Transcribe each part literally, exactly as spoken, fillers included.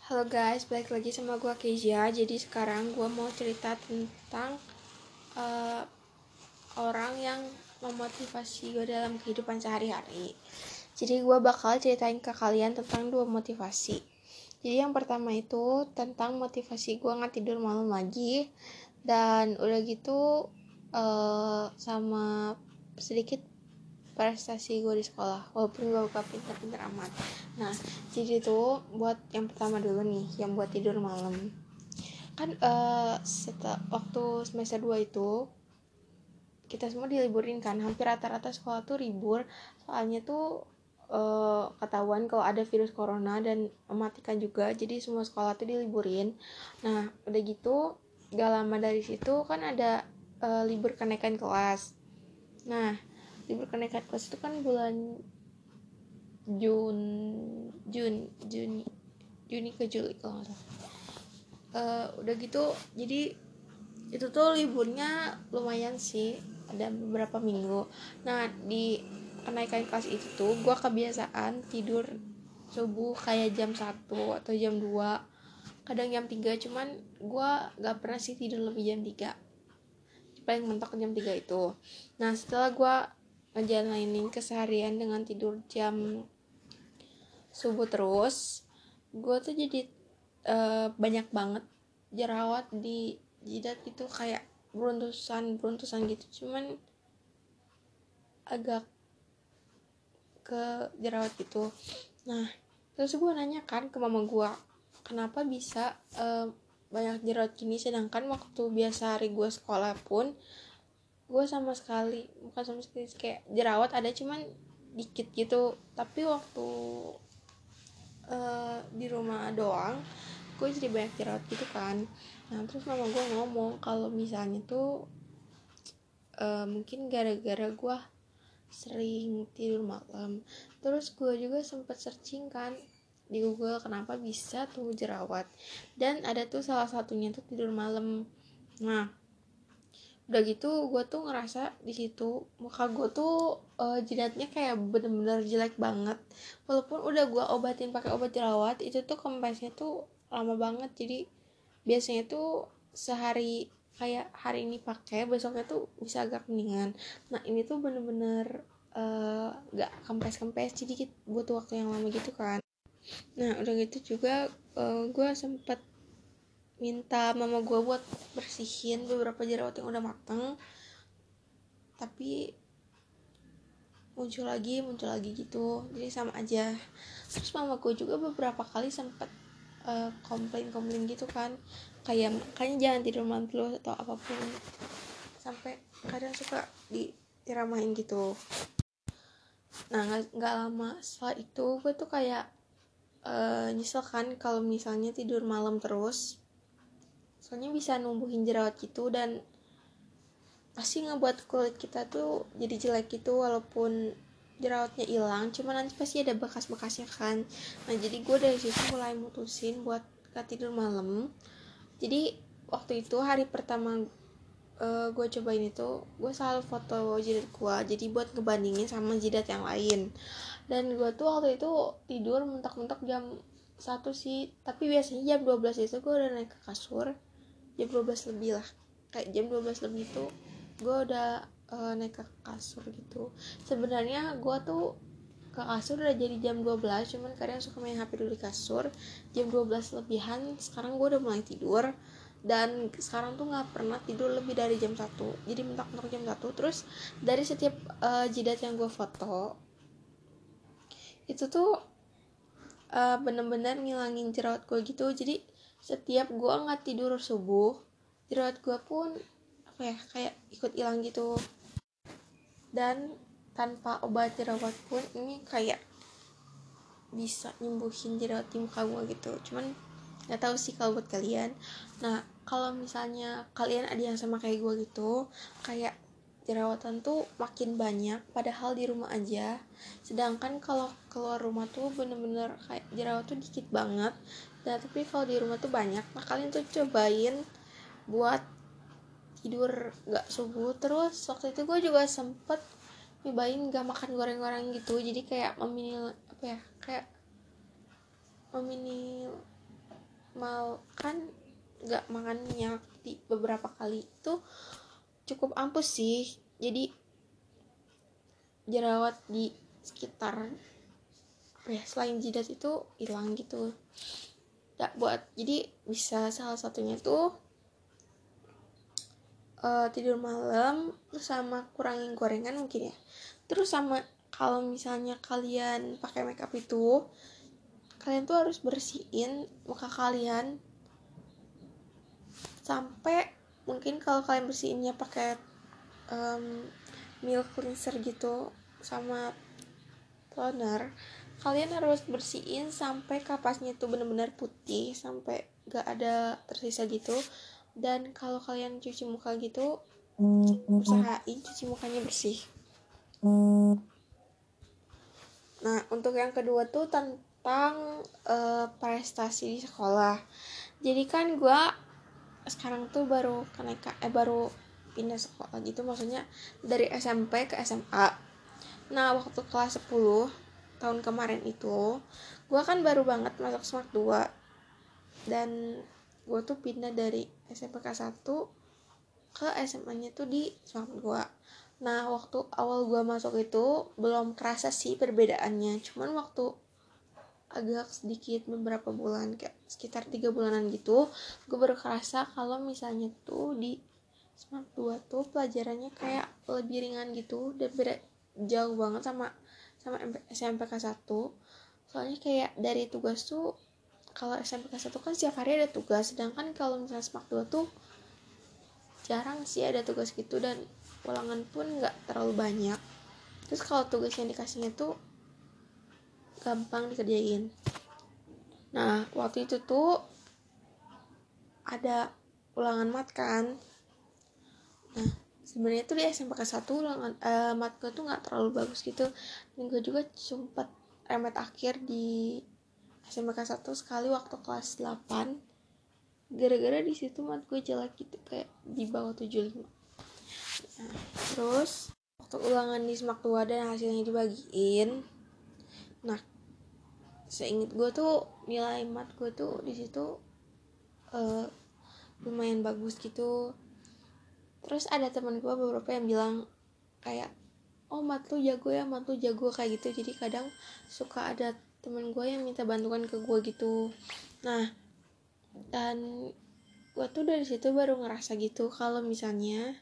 Halo guys, balik lagi sama gue Kezia. Jadi sekarang gue mau cerita tentang uh, orang yang memotivasi gue dalam kehidupan sehari-hari. Jadi gue bakal ceritain ke kalian tentang dua motivasi. Jadi yang pertama itu tentang motivasi gue nggak tidur malam lagi. Dan udah gitu uh, sama sedikit prestasi gue di sekolah, walaupun gue bukan pinter-pinter amat. Nah, jadi tuh buat yang pertama dulu nih, yang buat tidur malam. Kan uh, setelah waktu semester dua itu kita semua diliburin kan, hampir rata-rata sekolah tuh libur. Soalnya tuh uh, ketahuan kalau ada virus corona dan mematikan juga, jadi semua sekolah tuh diliburin. Nah, udah gitu gak lama dari situ kan ada uh, libur kenaikan kelas. Nah, libur kenaikan kelas itu kan bulan Jun Jun Juni Juni ke Juli kalau nggak salah. Uh, udah gitu jadi itu tuh liburnya lumayan sih, ada beberapa minggu. Nah, di kenaikan kelas itu tuh gue kebiasaan tidur subuh kayak jam satu atau jam dua, kadang jam tiga, cuman gue gak pernah sih tidur lebih jam tiga, paling mentok jam tiga itu. Nah, setelah gue ngejalanin keseharian dengan tidur jam subuh terus, gue tuh jadi uh, banyak banget jerawat di jidat itu, kayak beruntusan beruntusan gitu, cuman agak ke jerawat gitu. Nah, terus gue nanya kan ke mama gue, kenapa bisa uh, banyak jerawat gini, sedangkan waktu biasa hari gue sekolah pun gue sama sekali bukan sama sekali kayak jerawat ada cuman dikit gitu, tapi waktu uh, di rumah doang gue jadi banyak jerawat gitu kan. Nah, terus mama gue ngomong kalau misalnya tuh uh, mungkin gara-gara gue sering tidur malam. Terus gue juga sempet searching kan di Google kenapa bisa tuh jerawat, dan ada tuh salah satunya tuh tidur malam. Nah, udah gitu gue tuh ngerasa di situ muka gue tuh uh, jidatnya kayak bener-bener jelek banget, walaupun udah gue obatin pakai obat jerawat. Itu tuh kempesnya tuh lama banget, jadi biasanya tuh sehari, kayak hari ini pakai besoknya tuh bisa agak mendingan. Nah, ini tuh bener-bener uh, gak kempes-kempes, jadi butuh waktu yang lama gitu kan. Nah, udah gitu juga uh, gue sempet minta mama gue buat bersihin beberapa jerawat yang udah mateng, tapi muncul lagi muncul lagi gitu, jadi sama aja. Terus mama gue juga beberapa kali sempet uh, komplain-komplain gitu kan, kayak makanya jangan tidur malam dulu atau apapun, sampai kadang suka diramahin gitu. Nah, nggak lama setelah itu gue tuh kayak uh, nyesel kan kalau misalnya tidur malam terus, soalnya bisa numbuhin jerawat gitu, dan pasti ngebuat kulit kita tuh jadi jelek gitu. Walaupun jerawatnya hilang, cuman nanti pasti ada bekas-bekasnya kan. Nah, jadi gue dari situ mulai mutusin buat gak tidur malam. Jadi waktu itu hari pertama uh, gue cobain itu, gue selalu foto jidat gue, jadi buat ngebandingin sama jidat yang lain. Dan gue tuh waktu itu tidur mentok-mentok jam satu sih, tapi biasanya jam dua belas itu gue udah naik ke kasur. Jam dua belas lebih lah, kayak jam dua belas lebih tuh gue udah uh, naik ke kasur gitu. Sebenarnya gue tuh ke kasur udah jadi jam dua belas, cuman kadang suka main H P dulu di kasur. Jam dua belas lebihan sekarang gue udah mulai tidur, dan sekarang tuh gak pernah tidur lebih dari jam satu, jadi mentok-mentok jam satu. Terus dari setiap uh, jidat yang gue foto itu tuh uh, bener-bener ngilangin jerawat gue gitu. Jadi setiap gue nggak tidur subuh, jerawat gue pun apa ya kayak ikut hilang gitu. Dan tanpa obat jerawat pun ini kayak bisa nyembuhin jerawat di muka gue gitu. Cuman nggak tahu sih kalau buat kalian. Nah, kalau misalnya kalian ada yang sama kayak gue gitu, kayak jerawatan tuh makin banyak padahal di rumah aja, sedangkan kalau keluar rumah tuh bener-bener kayak jerawat tuh dikit banget. Nah, tapi kalau di rumah tuh banyak. Nah, kalian tuh cobain buat tidur gak subuh. Terus waktu itu gue juga sempet nyobain gak makan goreng-goreng gitu, jadi kayak meminimal apa ya kayak meminimal mal kan nggak makan minyak di beberapa kali itu cukup ampuh sih, jadi jerawat di sekitar ya selain jidat itu hilang gitu. Nggak buat, jadi bisa salah satunya tuh uh, tidur malam, terus sama kurangin gorengan mungkin ya, terus sama kalau misalnya kalian pakai makeup itu kalian tuh harus bersihin muka kalian sampai, mungkin kalau kalian bersihinnya pakai um, milk cleanser gitu sama toner, kalian harus bersihin sampai kapasnya itu benar-benar putih sampai gak ada tersisa gitu. Dan kalau kalian cuci muka gitu, usahain cuci mukanya bersih. Nah, untuk yang kedua tuh tentang uh, prestasi di sekolah. Jadi kan gue sekarang tuh baru kenaikan eh baru pindah sekolah gitu, maksudnya dari S M P ke S M A. Nah, waktu kelas sepuluh tahun kemarin itu gue kan baru banget masuk Smart dua, dan gue tuh pindah dari S M P kelas satu ke S M A nya tuh di Smart dua. Nah, waktu awal gue masuk itu belum kerasa sih perbedaannya, cuman waktu agak sedikit beberapa bulan, kayak sekitar tiga bulanan gitu, gue baru kerasa kalau misalnya tuh di Smart dua tuh pelajarannya kayak lebih ringan gitu, dan beda jauh banget sama sama S M P kelas satu. Soalnya kayak dari tugas tuh, kalau S M P kelas satu kan setiap hari ada tugas, sedangkan kalau misalnya Smart dua tuh jarang sih ada tugas gitu, dan ulangan pun nggak terlalu banyak. Terus kalau tugas yang dikasihnya tuh gampang dikerjain. Nah, waktu itu tuh ada ulangan mat kan. Nah, sebenarnya tuh di S M P kelas satu ulangan uh, mat gue tuh nggak terlalu bagus gitu, dan gue juga sempat remet akhir di S M P kelas satu sekali waktu kelas delapan, gara-gara di situ mat gue jelek gitu, kayak di bawah tujuh puluh lima. Nah, terus waktu ulangan di Smak dua dan hasilnya dibagiin, nah seinget gue tuh nilai mat gue tuh di situ uh, lumayan bagus gitu. Terus ada teman gue beberapa yang bilang kayak, oh mat lu jago ya, mat lu jago kayak gitu. Jadi kadang suka ada teman gue yang minta bantuan ke gue gitu. Nah, dan gue tuh dari situ baru ngerasa gitu kalau misalnya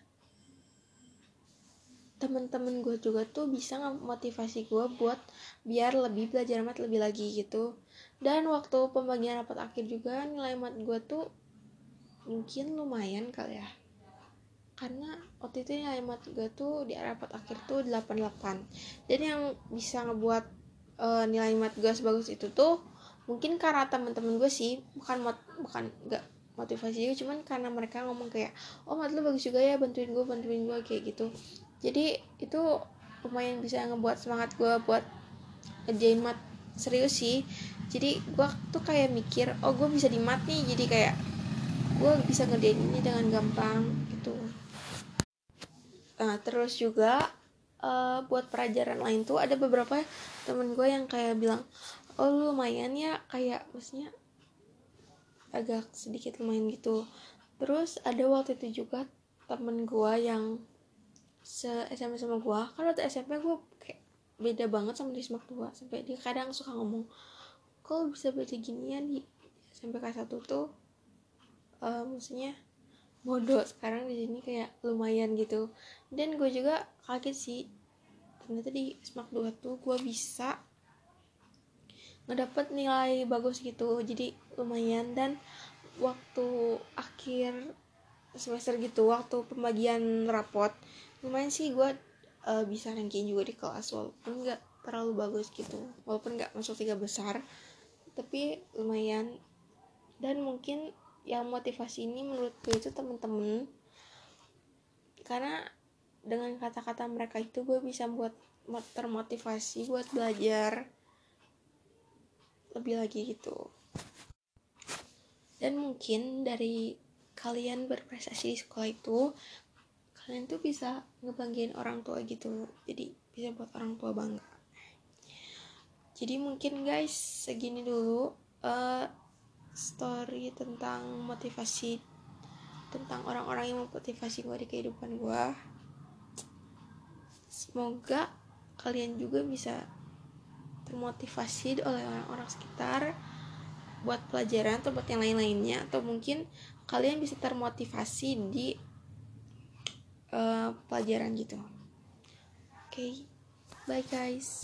teman-teman gue juga tuh bisa memotivasi gue buat biar lebih belajar mat lebih lagi gitu. Dan waktu pembagian rapat akhir juga nilai mat gue tuh mungkin lumayan kali ya, karena waktu itu nilai mat gue tuh di rapat akhir tuh delapan puluh delapan. Jadi yang bisa ngebuat uh, nilai mat gue sebagus itu tuh mungkin karena teman-teman gue sih, bukan mot bukan nggak motivasi juga, cuman karena mereka ngomong kayak, oh mat lu bagus juga ya, bantuin gue bantuin gue kayak gitu. Jadi itu lumayan bisa ngebuat semangat gue buat ngerjain mat serius sih. Jadi gue tuh kayak mikir, oh gue bisa di mat nih, jadi kayak gue bisa ngerjain ini dengan gampang gitu. Nah, terus juga uh, buat pelajaran lain tuh ada beberapa temen gue yang kayak bilang, oh lumayan ya, kayak maksudnya agak sedikit lumayan gitu. Terus ada waktu itu juga temen gue yang se-S M P sama gue, kan waktu S M P gue kayak beda banget sama di Smak dua, sampai dia kadang suka ngomong, kok bisa beda ginian di S M P kelas satu tuh uh, maksudnya bodoh, sekarang di sini kayak lumayan gitu. Dan gue juga kaget sih, ternyata di Smak dua tuh gue bisa ngedapet nilai bagus gitu, jadi lumayan. Dan waktu akhir semester gitu, waktu pembagian rapot, lumayan sih gue uh, bisa ranking juga di kelas, walaupun nggak terlalu bagus gitu, walaupun nggak masuk tiga besar, tapi lumayan. Dan mungkin yang motivasi ini menurut gue itu temen-temen, karena dengan kata-kata mereka itu gue bisa buat termotivasi buat belajar lebih lagi gitu. Dan mungkin dari kalian berprestasi di sekolah itu, kalian tuh bisa ngebanggain orang tua gitu, jadi bisa buat orang tua bangga. Jadi mungkin guys segini dulu uh, story tentang motivasi, tentang orang-orang yang memotivasi gue di kehidupan gue. Semoga kalian juga bisa termotivasi oleh orang-orang sekitar buat pelajaran atau buat yang lain-lainnya, atau mungkin kalian bisa termotivasi di uh, pelajaran gitu. Oke, okay. Bye guys.